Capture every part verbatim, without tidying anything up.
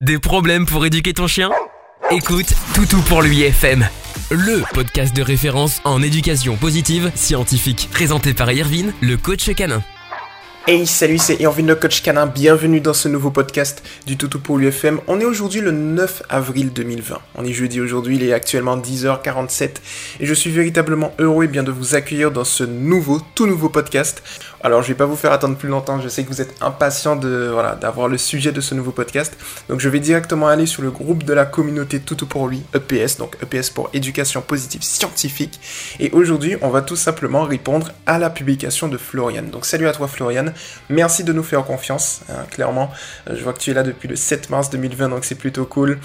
Des problèmes pour éduquer ton chien ? Écoute Toutou pour lui F M, le podcast de référence en éducation positive scientifique, présenté par Irvine, le coach canin. Hey, salut, c'est Irvine, le coach canin. Bienvenue dans ce nouveau podcast du Toutou pour l'U F M. On est aujourd'hui le neuf avril deux mille vingt. On est jeudi aujourd'hui, il est actuellement dix heures quarante-sept et je suis véritablement heureux et bien de vous accueillir dans ce nouveau, tout nouveau podcast. Alors, je vais pas vous faire attendre plus longtemps. Je sais que vous êtes impatients de, voilà, d'avoir le sujet de ce nouveau podcast. Donc, je vais directement aller sur le groupe de la communauté Toutou pour lui, E P S, donc E P S pour éducation positive scientifique. Et aujourd'hui, on va tout simplement répondre à la publication de Florian. Donc, salut à toi, Florian. Merci de nous faire confiance, hein, clairement. Euh, je vois que tu es là depuis le sept mars deux mille vingt, donc c'est plutôt cool.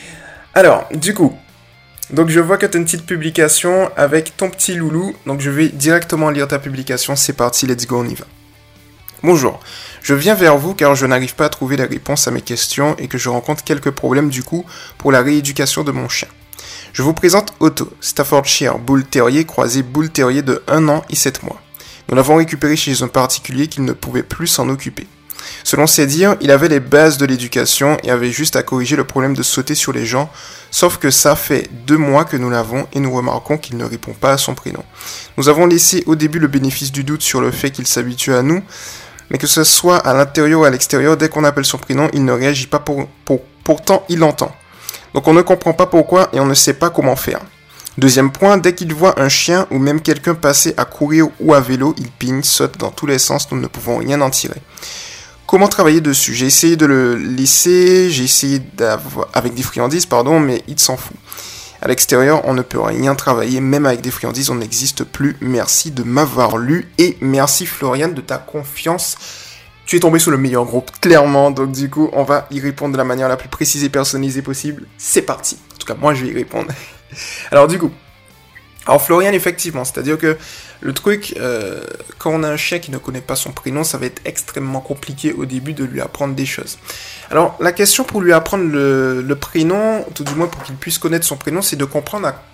Alors, du coup, donc je vois que tu as une petite publication avec ton petit loulou, donc je vais directement lire ta publication. C'est parti, let's go, on y va. Bonjour, je viens vers vous car je n'arrive pas à trouver les réponses à mes questions et que je rencontre quelques problèmes du coup pour la rééducation de mon chien. Je vous présente Otto, Staffordshire Bull Terrier croisé Bull Terrier de un an et sept mois. Nous l'avons récupéré chez un particulier qui ne pouvait plus s'en occuper. Selon ses dires, il avait les bases de l'éducation et avait juste à corriger le problème de sauter sur les gens, sauf que ça fait deux mois que nous l'avons et nous remarquons qu'il ne répond pas à son prénom. Nous avons laissé au début le bénéfice du doute sur le fait qu'il s'habitue à nous, mais que ce soit à l'intérieur ou à l'extérieur, dès qu'on appelle son prénom, il ne réagit pas, pour, pour, pourtant il l'entend. Donc on ne comprend pas pourquoi et on ne sait pas comment faire. Deuxième point, dès qu'il voit un chien ou même quelqu'un passer à courir ou à vélo, il pigne, saute dans tous les sens, nous ne pouvons rien en tirer. Comment travailler dessus ? J'ai essayé de le laisser, j'ai essayé d'avoir avec des friandises, pardon, mais il s'en fout. À l'extérieur, on ne peut rien travailler, même avec des friandises, on n'existe plus. Merci de m'avoir lu et merci Florian de ta confiance. Tu es tombé sur le meilleur groupe, clairement, donc du coup, on va y répondre de la manière la plus précise et personnalisée possible. C'est parti. En tout cas, moi, je vais y répondre. Alors du coup, alors Florian, effectivement, c'est-à-dire que le truc, euh, quand on a un chien qui ne connaît pas son prénom, ça va être extrêmement compliqué au début de lui apprendre des choses. Alors la question pour lui apprendre le, le prénom, tout du moins pour qu'il puisse connaître son prénom, c'est de comprendre à,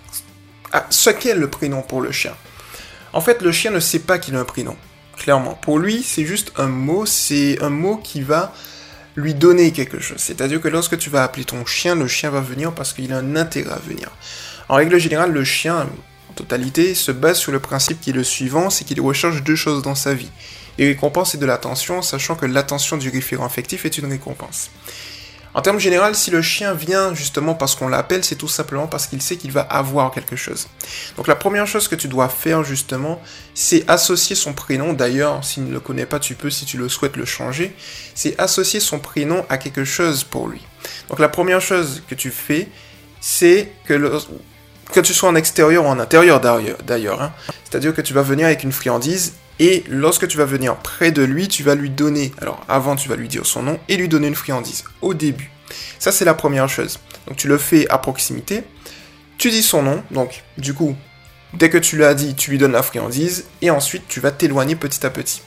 à ce qu'est le prénom pour le chien. En fait, le chien ne sait pas qu'il a un prénom, clairement. Pour lui, c'est juste un mot, c'est un mot qui va lui donner quelque chose. C'est-à-dire que lorsque tu vas appeler ton chien, le chien va venir parce qu'il a un intérêt à venir. En règle générale, le chien, en totalité, se base sur le principe qui est le suivant, c'est qu'il recherche deux choses dans sa vie. Les récompenses et de l'attention, sachant que l'attention du référent affectif est une récompense. En termes généraux, si le chien vient justement parce qu'on l'appelle, c'est tout simplement parce qu'il sait qu'il va avoir quelque chose. Donc la première chose que tu dois faire justement, c'est associer son prénom. D'ailleurs, s'il ne le connaît pas, tu peux, si tu le souhaites, le changer. C'est associer son prénom à quelque chose pour lui. Donc la première chose que tu fais, c'est que le... que tu sois en extérieur ou en intérieur d'ailleurs, hein. C'est-à-dire que tu vas venir avec une friandise et lorsque tu vas venir près de lui, tu vas lui donner, alors avant tu vas lui dire son nom et lui donner une friandise au début. Ça c'est la première chose. Donc tu le fais à proximité, tu dis son nom, donc du coup, dès que tu l'as dit, tu lui donnes la friandise et ensuite tu vas t'éloigner petit à petit.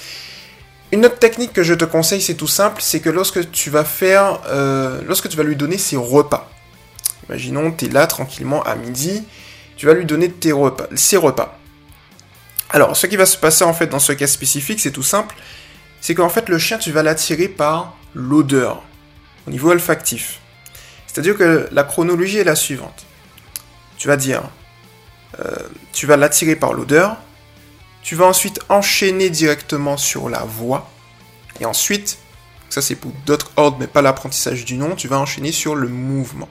Une autre technique que je te conseille, c'est tout simple, c'est que lorsque tu vas faire, euh, lorsque tu vas lui donner ses repas, imaginons, tu es là tranquillement à midi, tu vas lui donner tes repas, ses repas. Alors, ce qui va se passer en fait dans ce cas spécifique, c'est tout simple, c'est qu'en fait le chien, tu vas l'attirer par l'odeur, au niveau olfactif. C'est-à-dire que la chronologie est la suivante. Tu vas dire, euh, tu vas l'attirer par l'odeur, tu vas ensuite enchaîner directement sur la voix, et ensuite, ça c'est pour d'autres ordres, mais pas l'apprentissage du nom, tu vas enchaîner sur le mouvement.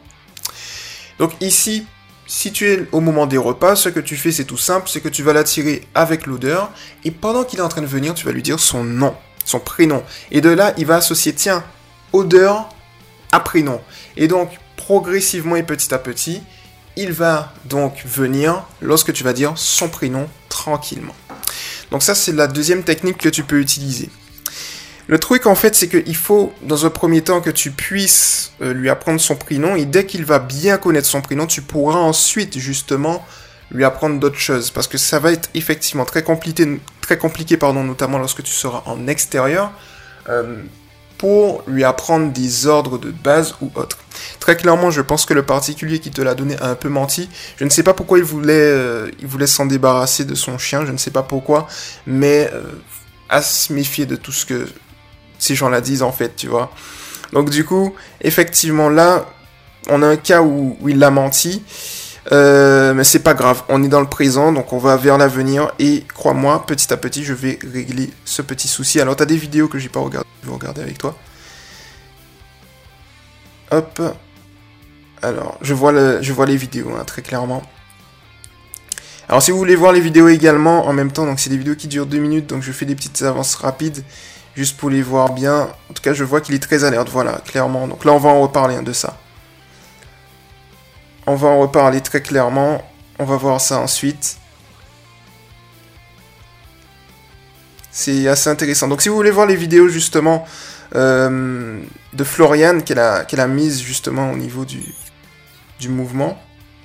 Donc ici, si tu es au moment des repas, ce que tu fais c'est tout simple, c'est que tu vas l'attirer avec l'odeur, et pendant qu'il est en train de venir, tu vas lui dire son nom, son prénom. Et de là, il va associer, tiens, odeur à prénom. Et donc, progressivement et petit à petit, il va donc venir lorsque tu vas dire son prénom tranquillement. Donc ça, c'est la deuxième technique que tu peux utiliser. Le truc, en fait, c'est qu'il faut, dans un premier temps, que tu puisses euh, lui apprendre son prénom, et dès qu'il va bien connaître son prénom, tu pourras ensuite, justement, lui apprendre d'autres choses, parce que ça va être effectivement très compliqué, très compliqué pardon, notamment lorsque tu seras en extérieur, euh, pour lui apprendre des ordres de base ou autres. Très clairement, je pense que le particulier qui te l'a donné a un peu menti. Je ne sais pas pourquoi il voulait, euh, il voulait s'en débarrasser de son chien, je ne sais pas pourquoi, mais euh, à se méfier de tout ce que ces gens-là disent en fait, tu vois. Donc du coup, effectivement là, on a un cas où, où il a menti. Euh, mais c'est pas grave, on est dans le présent, donc on va vers l'avenir. Et crois-moi, petit à petit, je vais régler ce petit souci. Alors, tu as des vidéos que j'ai pas regardées, je vais regarder avec toi. Hop. Alors, je vois, le, je vois les vidéos, hein, très clairement. Alors, si vous voulez voir les vidéos également en même temps, donc c'est des vidéos qui durent deux minutes, donc je fais des petites avances rapides, juste pour les voir bien. En tout cas, je vois qu'il est très alerte, voilà, clairement. Donc là, on va en reparler hein, de ça. On va en reparler très clairement. On va voir ça ensuite. C'est assez intéressant. Donc si vous voulez voir les vidéos justement euh, de Florian qu'elle a, qu'elle a mise justement au niveau du, du mouvement,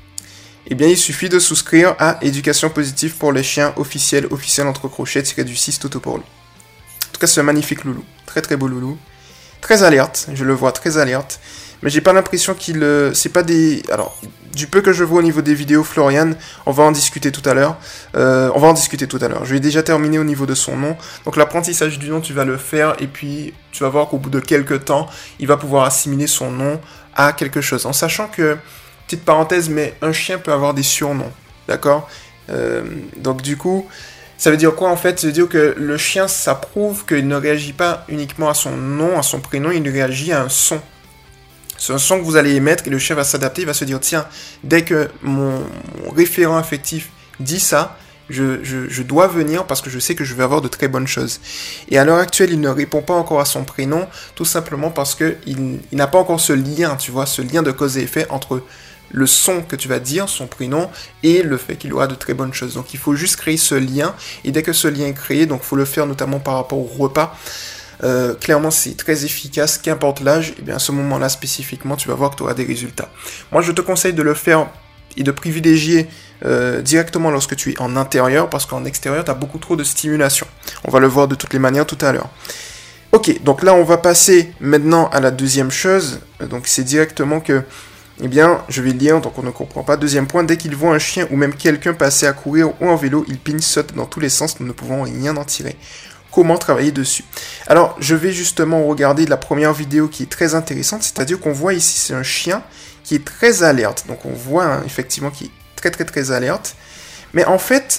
eh bien il suffit de souscrire à Éducation Positive pour les chiens officiel, officiel entre crochets, tiré du six Toto pour lui. En tout cas c'est un magnifique loulou. Très très beau loulou. Très alerte, je le vois très alerte. Mais j'ai pas l'impression qu'il... Euh, c'est pas des... Alors, du peu que je vois au niveau des vidéos, Florian, on va en discuter tout à l'heure. Euh, on va en discuter tout à l'heure. Je vais déjà terminer au niveau de son nom. Donc l'apprentissage du nom, tu vas le faire. Et puis, tu vas voir qu'au bout de quelques temps, il va pouvoir assimiler son nom à quelque chose. En sachant que, petite parenthèse, mais un chien peut avoir des surnoms. D'accord euh, Donc du coup... Ça veut dire quoi en fait? Ça veut dire que le chien, ça prouve qu'il ne réagit pas uniquement à son nom, à son prénom, il réagit à un son. C'est un son que vous allez émettre et le chien va s'adapter, il va se dire tiens, dès que mon, mon référent affectif dit ça, je, je, je dois venir parce que je sais que je vais avoir de très bonnes choses. Et à l'heure actuelle, il ne répond pas encore à son prénom, tout simplement parce qu'il il, il n'a pas encore ce lien, tu vois, ce lien de cause et effet entre le son que tu vas dire, son prénom, et le fait qu'il aura de très bonnes choses. Donc il faut juste créer ce lien, et dès que ce lien est créé, donc il faut le faire notamment par rapport au repas. Euh, clairement c'est très efficace, qu'importe l'âge, et bien à ce moment-là spécifiquement, tu vas voir que tu auras des résultats. Moi je te conseille de le faire et de privilégier euh, directement lorsque tu es en intérieur, parce qu'en extérieur, tu as beaucoup trop de stimulation. On va le voir de toutes les manières tout à l'heure. Ok, donc là on va passer maintenant à la deuxième chose, donc c'est directement que eh bien, je vais lire, donc on ne comprend pas. Deuxième point, dès qu'ils voient un chien ou même quelqu'un passer à courir ou en vélo, ils pignent, sautent dans tous les sens, nous ne pouvons rien en tirer. Comment travailler dessus? Alors, je vais justement regarder la première vidéo qui est très intéressante, c'est-à-dire qu'on voit ici, c'est un chien qui est très alerte. Donc on voit hein, effectivement qu'il est très très très alerte. Mais en fait,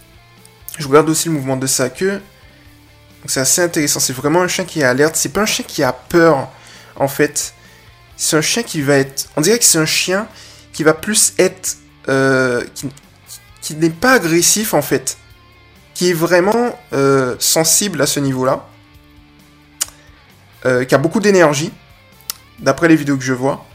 je regarde aussi le mouvement de sa queue. Donc c'est assez intéressant, c'est vraiment un chien qui est alerte. C'est pas un chien qui a peur, en fait. C'est un chien qui va être... On dirait que c'est un chien qui va plus être... Euh, qui qui n'est pas agressif, en fait. Qui est vraiment euh, sensible à ce niveau-là. Euh, qui a beaucoup d'énergie. D'après les vidéos que je vois.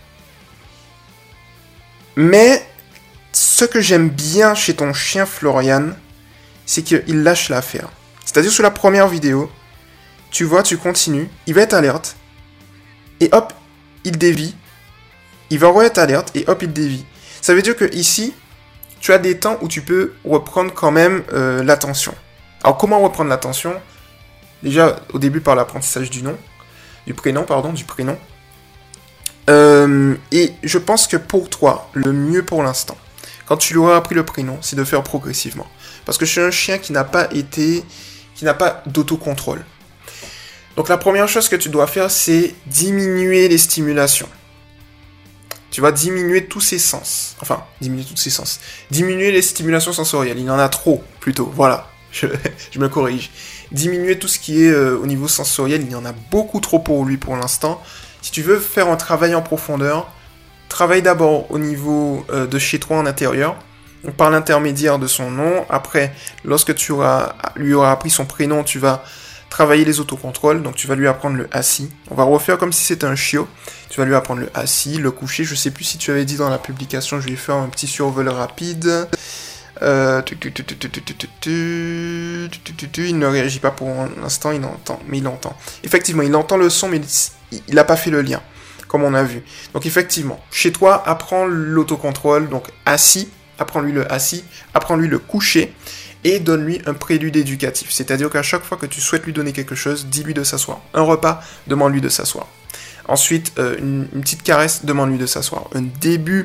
Mais... Ce que j'aime bien chez ton chien, Florian, c'est qu'il lâche l'affaire. C'est-à-dire, sur la première vidéo, tu vois, tu continues, il va être alerte. Et hop, il dévie, il va être alerte et hop, il dévie. Ça veut dire que ici, tu as des temps où tu peux reprendre quand même euh, l'attention. Alors, comment reprendre l'attention? Déjà, au début, par l'apprentissage du nom, du prénom, pardon, du prénom. Euh, et je pense que pour toi, le mieux pour l'instant, quand tu lui auras appris le prénom, c'est de faire progressivement. Parce que je suis un chien qui n'a pas été, qui n'a pas d'autocontrôle. Donc la première chose que tu dois faire, c'est diminuer les stimulations. Tu vas diminuer tous ses sens. Enfin, diminuer tous ses sens. Diminuer les stimulations sensorielles. Il en a trop, plutôt. Voilà, je, je me corrige. Diminuer tout ce qui est euh, au niveau sensoriel. Il y en a beaucoup trop pour lui pour l'instant. Si tu veux faire un travail en profondeur, travaille d'abord au niveau euh, de chez toi en intérieur. Donc par l'intermédiaire de son nom. Après, lorsque tu auras, lui auras appris son prénom, tu vas... travailler les autocontrôles, donc tu vas lui apprendre le assis. On va refaire comme si c'était un chiot. Tu vas lui apprendre le assis, le coucher. Je sais plus si tu avais dit dans la publication, je vais faire un petit survol rapide. Euh... Il ne réagit pas pour l'instant, il entend, mais il entend. Effectivement, il entend le son, mais il n'a pas fait le lien, comme on a vu. Donc effectivement, chez toi, apprends l'autocontrôle, donc assis, apprends-lui le assis, apprends-lui le coucher. Et donne-lui un prélude éducatif. C'est-à-dire qu'à chaque fois que tu souhaites lui donner quelque chose, dis-lui de s'asseoir. Un repas, demande-lui de s'asseoir. Ensuite, euh, une, une petite caresse, demande-lui de s'asseoir. Un début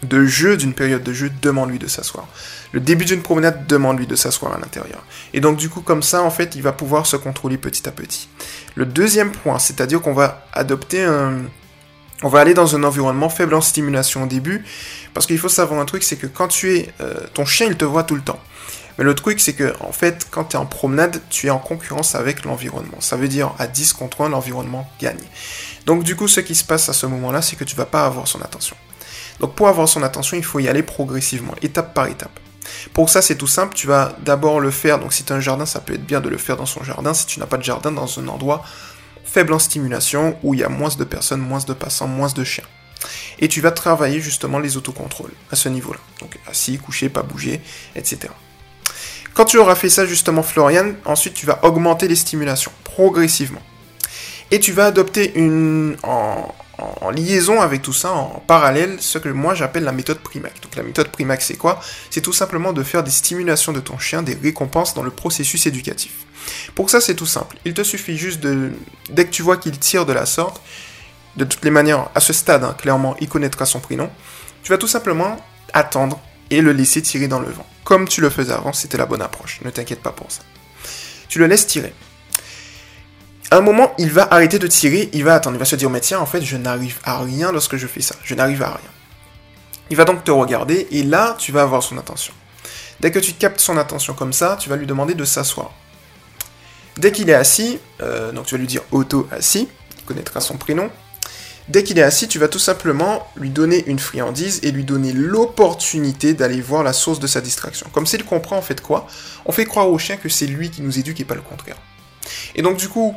de jeu, d'une période de jeu, demande-lui de s'asseoir. Le début d'une promenade, demande-lui de s'asseoir à l'intérieur. Et donc du coup, comme ça, en fait, il va pouvoir se contrôler petit à petit. Le deuxième point, c'est-à-dire qu'on va adopter un... On va aller dans un environnement faible en stimulation au début, parce qu'il faut savoir un truc, c'est que quand tu es... Euh, ton chien, il te voit tout le temps. Mais le truc, c'est que, en fait, quand tu es en promenade, tu es en concurrence avec l'environnement. Ça veut dire, à dix contre un, l'environnement gagne. Donc du coup, ce qui se passe à ce moment-là, c'est que tu vas pas avoir son attention. Donc pour avoir son attention, il faut y aller progressivement, étape par étape. Pour ça, c'est tout simple, tu vas d'abord le faire, donc si tu as un jardin, ça peut être bien de le faire dans son jardin, si tu n'as pas de jardin, dans un endroit faible en stimulation, où il y a moins de personnes, moins de passants, moins de chiens. Et tu vas travailler justement les autocontrôles à ce niveau-là. Donc assis, couché, pas bouger, et cetera. Quand tu auras fait ça justement, Florian, ensuite tu vas augmenter les stimulations, progressivement. Et tu vas adopter une... En, en liaison avec tout ça, en parallèle, ce que moi j'appelle la méthode Primac. Donc la méthode Primac, c'est quoi? C'est tout simplement de faire des stimulations de ton chien, des récompenses dans le processus éducatif. Pour ça, c'est tout simple. Il te suffit juste de... Dès que tu vois qu'il tire de la sorte, de toutes les manières, à ce stade, hein, clairement, il connaîtra son prénom, tu vas tout simplement attendre et le laisser tirer dans le vent. Comme tu le faisais avant, c'était la bonne approche. Ne t'inquiète pas pour ça. Tu le laisses tirer. À un moment, il va arrêter de tirer, il va attendre, il va se dire, mais tiens, en fait, je n'arrive à rien lorsque je fais ça, je n'arrive à rien. Il va donc te regarder, et là, tu vas avoir son attention. Dès que tu captes son attention comme ça, tu vas lui demander de s'asseoir. Dès qu'il est assis, euh, donc tu vas lui dire auto-assis, il connaîtra son prénom. Dès qu'il est assis, tu vas tout simplement lui donner une friandise et lui donner l'opportunité d'aller voir la source de sa distraction. Comme s'il comprend en fait quoi? On fait croire au chien que c'est lui qui nous éduque et pas le contraire. Et donc du coup,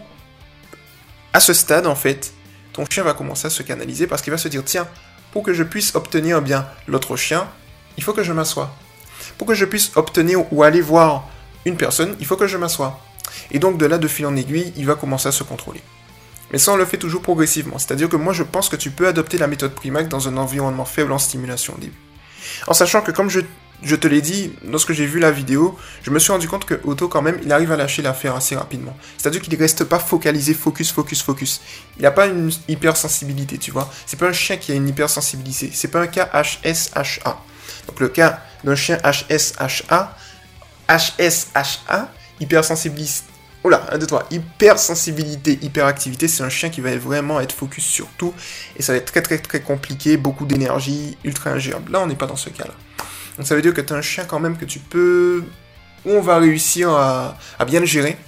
à ce stade, en fait, ton chien va commencer à se canaliser parce qu'il va se dire, tiens, pour que je puisse obtenir bien l'autre chien, il faut que je m'assoie. Pour que je puisse obtenir ou aller voir une personne, il faut que je m'assoie. Et donc de là, de fil en aiguille, il va commencer à se contrôler. Mais ça, on le fait toujours progressivement. C'est-à-dire que moi, je pense que tu peux adopter la méthode Primac dans un environnement faible en stimulation au début. En sachant que, comme je, je te l'ai dit, lorsque j'ai vu la vidéo, je me suis rendu compte que Otto, quand même, il arrive à lâcher l'affaire assez rapidement. C'est-à-dire qu'il ne reste pas focalisé, focus, focus, focus. Il n'a pas une hypersensibilité, tu vois. C'est pas un chien qui a une hypersensibilité. C'est pas un cas H S H A. Donc le cas d'un chien H S H A, H S H A, hypersensibilité. Oula, un, deux, trois. Hypersensibilité, hyperactivité, c'est un chien qui va vraiment être focus sur tout. Et ça va être très très très compliqué, beaucoup d'énergie, ultra ingérable. Là, on n'est pas dans ce cas-là. Donc ça veut dire que tu as un chien quand même que tu peux... où on va réussir à, à bien le gérer.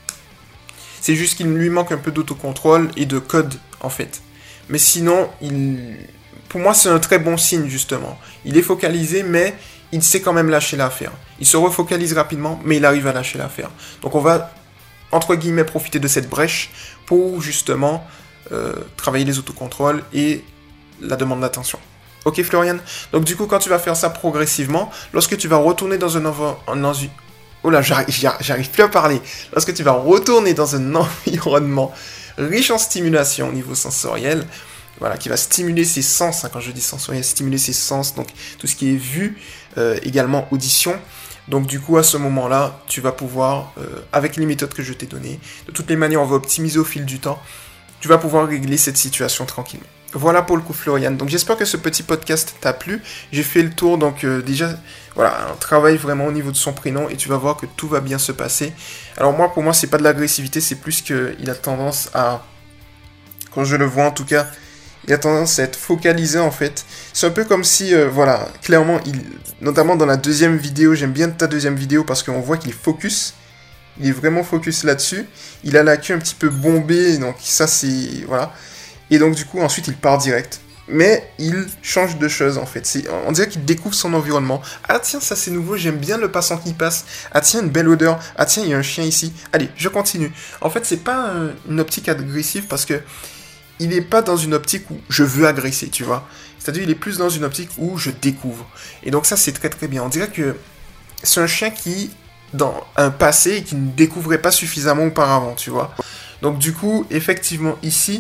C'est juste qu'il lui manque un peu d'autocontrôle et de code, en fait. Mais sinon, il... pour moi, c'est un très bon signe, justement. Il est focalisé, mais il sait quand même lâcher l'affaire. Il se refocalise rapidement, mais il arrive à lâcher l'affaire. Donc on va... entre guillemets, profiter de cette brèche pour justement euh, travailler les autocontrôles et la demande d'attention. Ok, Florian? Donc du coup, quand tu vas faire ça progressivement, lorsque tu vas retourner dans un environnement... Oh là, j'arrive, j'arrive plus à parler. Lorsque tu vas retourner dans un environnement riche en stimulation au niveau sensoriel, voilà, qui va stimuler ses sens, hein, quand je dis sensoriel, stimuler ses sens, donc tout ce qui est vue, euh, également audition. Donc du coup, à ce moment-là, tu vas pouvoir, euh, avec les méthodes que je t'ai données, de toutes les manières, on va optimiser au fil du temps, tu vas pouvoir régler cette situation tranquillement. Voilà pour le coup, Florian. Donc j'espère que ce petit podcast t'a plu. J'ai fait le tour, donc euh, déjà, voilà, on travaille vraiment au niveau de son prénom et tu vas voir que tout va bien se passer. Alors moi, pour moi, c'est pas de l'agressivité, c'est plus qu'il a tendance à, quand je le vois en tout cas, il a tendance à être focalisé en fait. C'est un peu comme si, euh, voilà, clairement, il, notamment dans la deuxième vidéo, j'aime bien ta deuxième vidéo parce qu'on voit qu'il focus. Il est vraiment focus là-dessus. Il a la queue un petit peu bombée, donc ça c'est, voilà. Et donc du coup, ensuite, il part direct. Mais il change de choses en fait. C'est, on dirait qu'il découvre son environnement. Ah tiens, ça c'est nouveau, j'aime bien le passant qui passe. Ah tiens, une belle odeur. Ah tiens, il y a un chien ici. Allez, je continue. En fait, c'est pas euh, une optique agressive parce que il n'est pas dans une optique où je veux agresser, tu vois. C'est-à-dire, il est plus dans une optique où je découvre. Et donc ça, c'est très très bien. On dirait que c'est un chien qui, dans un passé, qui ne découvrait pas suffisamment auparavant, tu vois. Donc du coup, effectivement, ici,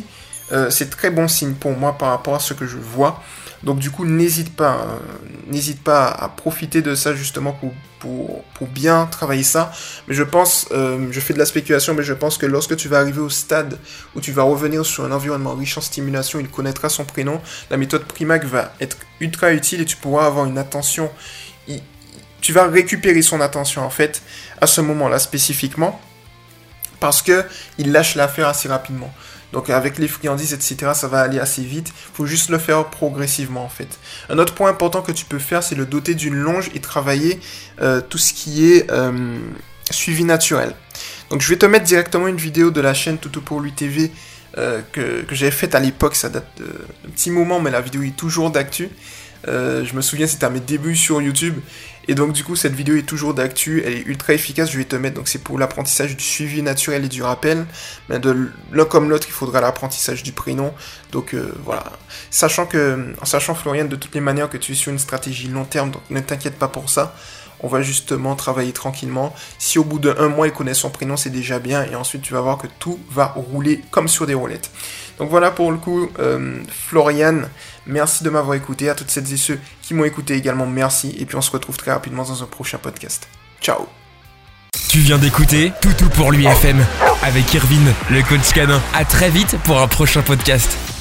euh, c'est très bon signe pour moi par rapport à ce que je vois. Donc du coup, n'hésite pas, euh, n'hésite pas à profiter de ça justement pour, pour, pour bien travailler ça. Mais je pense, euh, je fais de la spéculation, mais je pense que lorsque tu vas arriver au stade où tu vas revenir sur un environnement riche en stimulation, il connaîtra son prénom, la méthode Primac va être ultra utile et tu pourras avoir une attention, il, tu vas récupérer son attention en fait à ce moment-là spécifiquement, parce que il lâche l'affaire assez rapidement. Donc avec les friandises, et cetera, ça va aller assez vite. Il faut juste le faire progressivement en fait. Un autre point important que tu peux faire, c'est le doter d'une longe et travailler euh, tout ce qui est euh, suivi naturel. Donc je vais te mettre directement une vidéo de la chaîne Toutou pour lui T V euh, que, que j'avais faite à l'époque. Ça date d'un petit moment, mais la vidéo est toujours d'actu. Euh, je me souviens, c'était à mes débuts sur YouTube. Et donc du coup, cette vidéo est toujours d'actu, elle est ultra efficace, je vais te mettre, donc c'est pour l'apprentissage du suivi naturel et du rappel. Mais de l'un comme l'autre, il faudra l'apprentissage du prénom. Donc euh, voilà, sachant que, en sachant Florian, de toutes les manières que tu es sur une stratégie long terme, donc ne t'inquiète pas pour ça. On va justement travailler tranquillement. Si au bout d'un mois, il connaît son prénom, c'est déjà bien. Et ensuite, tu vas voir que tout va rouler comme sur des roulettes. Donc voilà pour le coup, euh, Florian, merci de m'avoir écouté. À toutes celles et ceux qui m'ont écouté également, merci. Et puis on se retrouve très rapidement dans un prochain podcast. Ciao. Tu viens d'écouter Toutou pour l'U F M avec Irvine, le coach canin. À très vite pour un prochain podcast.